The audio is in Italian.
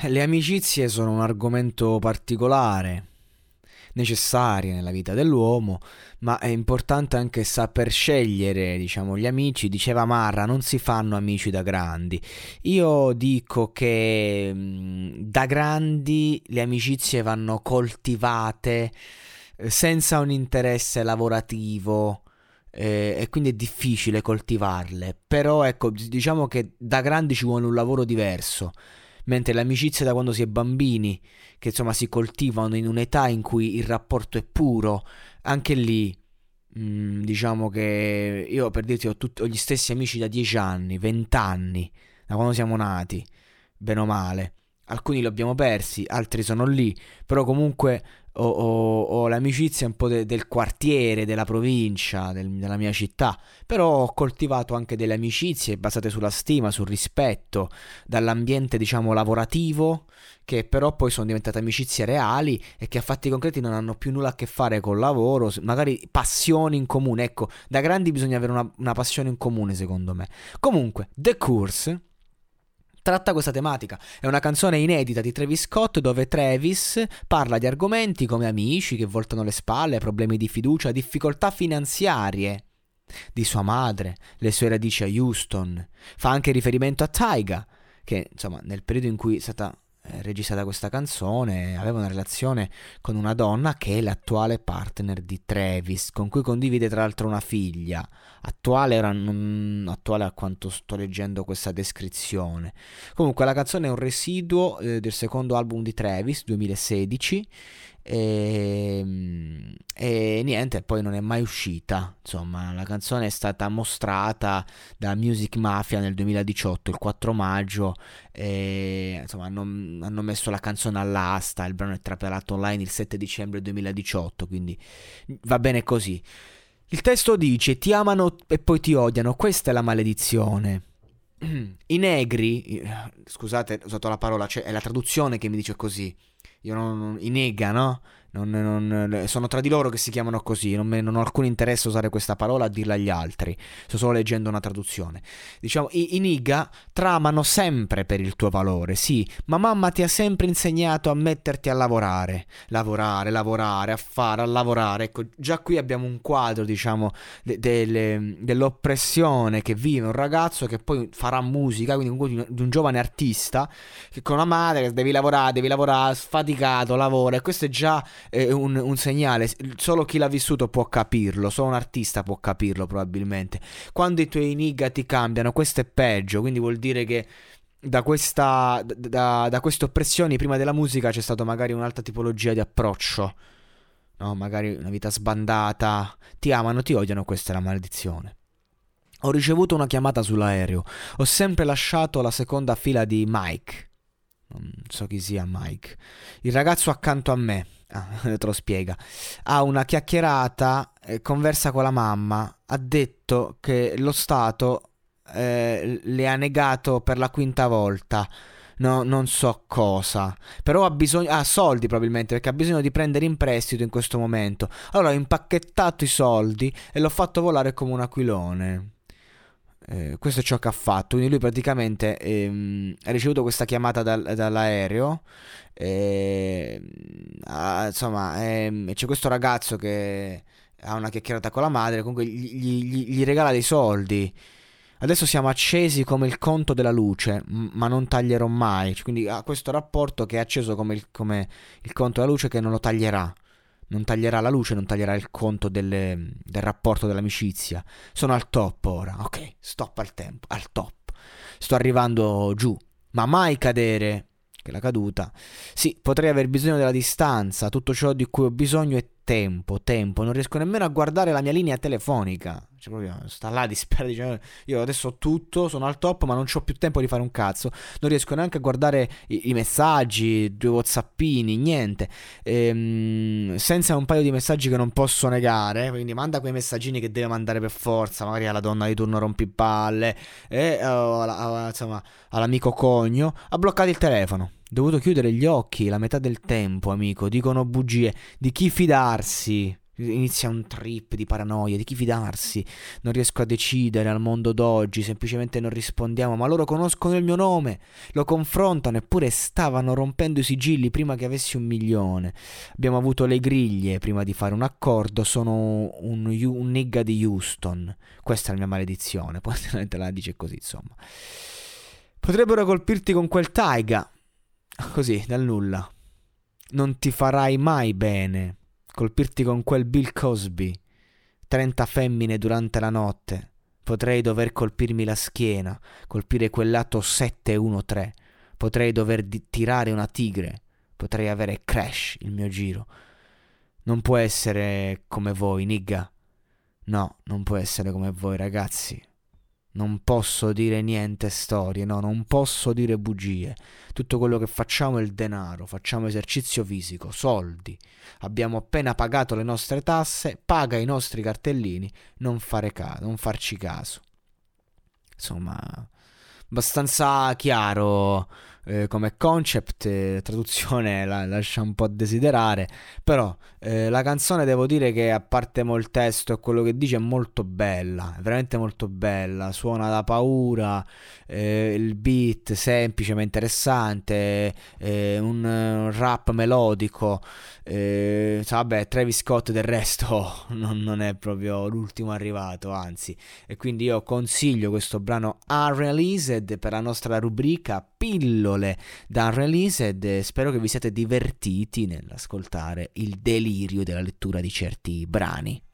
Le amicizie sono un argomento particolare, necessario nella vita dell'uomo, ma è importante anche saper scegliere, diciamo, gli amici. Diceva Marra, non si fanno amici da grandi. Io dico che da grandi le amicizie vanno coltivate senza un interesse lavorativo. E quindi è difficile coltivarle, però ecco, diciamo che da grandi ci vuole un lavoro diverso, mentre le amicizie da quando si è bambini, che insomma si coltivano in un'età in cui il rapporto è puro, anche lì diciamo che io, per dirti, ho gli stessi amici da 10 anni, 20 anni, da quando siamo nati, bene o male. Alcuni li abbiamo persi, altri sono lì, però comunque ho l'amicizia un po' del quartiere, della provincia, della mia città, però ho coltivato anche delle amicizie basate sulla stima, sul rispetto, dall'ambiente diciamo lavorativo, che però poi sono diventate amicizie reali e che a fatti concreti non hanno più nulla a che fare col lavoro, magari passioni in comune. Ecco, da grandi bisogna avere una passione in comune, secondo me. Comunque, The Curse tratta questa tematica. È una canzone inedita di Travis Scott dove Travis parla di argomenti come amici che voltano le spalle, problemi di fiducia, difficoltà finanziarie di sua madre, le sue radici a Houston. Fa anche riferimento a Tyga, che insomma nel periodo in cui è stata registrata questa canzone aveva una relazione con una donna che è l'attuale partner di Travis, con cui condivide tra l'altro una figlia. Attuale, ora non attuale a quanto sto leggendo questa descrizione. Comunque la canzone è un residuo del secondo album di Travis, 2016, e niente, poi non è mai uscita. Insomma, la canzone è stata mostrata da Music Mafia nel 2018, il 4 maggio, e insomma hanno messo la canzone all'asta. Il brano è trapelato online il 7 dicembre 2018, quindi va bene così. Il testo dice: ti amano e poi ti odiano, questa è la maledizione. I negri, scusate, ho usato la parola, cioè è la traduzione che mi dice così. Io i nega, no? Sono tra di loro che si chiamano così. Non ho alcun interesse a usare questa parola, a dirla agli altri. Sto solo leggendo una traduzione. Diciamo, i niga tramano sempre per il tuo valore, sì, ma mamma ti ha sempre insegnato a metterti a lavorare. Lavorare, a fare, a lavorare. Ecco, già qui abbiamo un quadro, diciamo, dell'oppressione che vive un ragazzo che poi farà musica, quindi comunque di un giovane artista che con una madre che devi lavorare, sfaticato, lavora, e questo è già un segnale. Solo chi l'ha vissuto può capirlo, solo un artista può capirlo probabilmente. Quando i tuoi enigma ti cambiano, questo è peggio, quindi vuol dire che da queste oppressioni prima della musica c'è stata magari un'altra tipologia di approccio, no? Magari una vita sbandata. Ti amano, ti odiano, questa è la maledizione. Ho ricevuto una chiamata sull'aereo, ho sempre lasciato la seconda fila di Mike. Non so chi sia Mike. Il ragazzo accanto a me, te lo spiega, ha una chiacchierata, conversa con la mamma, ha detto che lo Stato le ha negato per la quinta volta. No, non so cosa. Però ha soldi probabilmente, perché ha bisogno di prendere in prestito in questo momento. Allora ho impacchettato i soldi e l'ho fatto volare come un aquilone. Questo è ciò che ha fatto. Quindi lui praticamente ha ricevuto questa chiamata dall'aereo. Insomma, c'è questo ragazzo che ha una chiacchierata con la madre. Comunque gli regala dei soldi. Adesso siamo accesi come il conto della luce, ma non taglierò mai. Quindi ha questo rapporto che è acceso come il conto della luce, che non lo taglierà. Non taglierà la luce, non taglierà il conto del rapporto dell'amicizia. Sono al top ora. Ok, stop al tempo, al top. Sto arrivando giù, ma mai cadere, che è la caduta. Sì, potrei aver bisogno della distanza. Tutto ciò di cui ho bisogno è tempo. Non riesco nemmeno a guardare la mia linea telefonica. Cioè, proprio sta là disperato, dice, io adesso ho tutto, sono al top, ma non ho più tempo di fare un cazzo. Non riesco neanche a guardare i messaggi, due whatsappini, niente. Senza un paio di messaggi che non posso negare. Quindi manda quei messaggini che deve mandare per forza, magari alla donna di turno rompipalle, insomma, all'amico cogno. Ha bloccato il telefono. Dovuto chiudere gli occhi la metà del tempo, amico. Dicono bugie. Di chi fidarsi? Inizia un trip di paranoia, di chi fidarsi. Non riesco a decidere al mondo d'oggi, semplicemente non rispondiamo, ma loro conoscono il mio nome, lo confrontano eppure stavano rompendo i sigilli prima che avessi 1 milione. Abbiamo avuto le griglie prima di fare un accordo, sono un nigga di Houston. Questa è la mia maledizione, poi te la dice così, insomma. Potrebbero colpirti con quel taiga, così, dal nulla. Non ti farai mai bene. Colpirti con quel Bill Cosby. 30 femmine durante la notte. Potrei dover colpirmi la schiena, colpire quel lato 713. Potrei dover tirare una tigre. Potrei avere Crash il mio giro. Non può essere come voi, nigga. No, non può essere come voi, ragazzi. Non posso dire niente storie, no, non posso dire bugie. Tutto quello che facciamo è il denaro, facciamo esercizio fisico, soldi. Abbiamo appena pagato le nostre tasse, paga i nostri cartellini, non farci caso. Insomma, abbastanza chiaro come concept, traduzione lascia un po' a desiderare, però la canzone devo dire che a parte il testo e quello che dice è molto bella, è veramente molto bella, suona da paura, il beat semplice ma interessante, un rap melodico, vabbè, Travis Scott del resto non è proprio l'ultimo arrivato, anzi, e quindi io consiglio questo brano Unreleased per la nostra rubrica pillole da Unreleased e spero che vi siate divertiti nell'ascoltare il delirio della lettura di certi brani.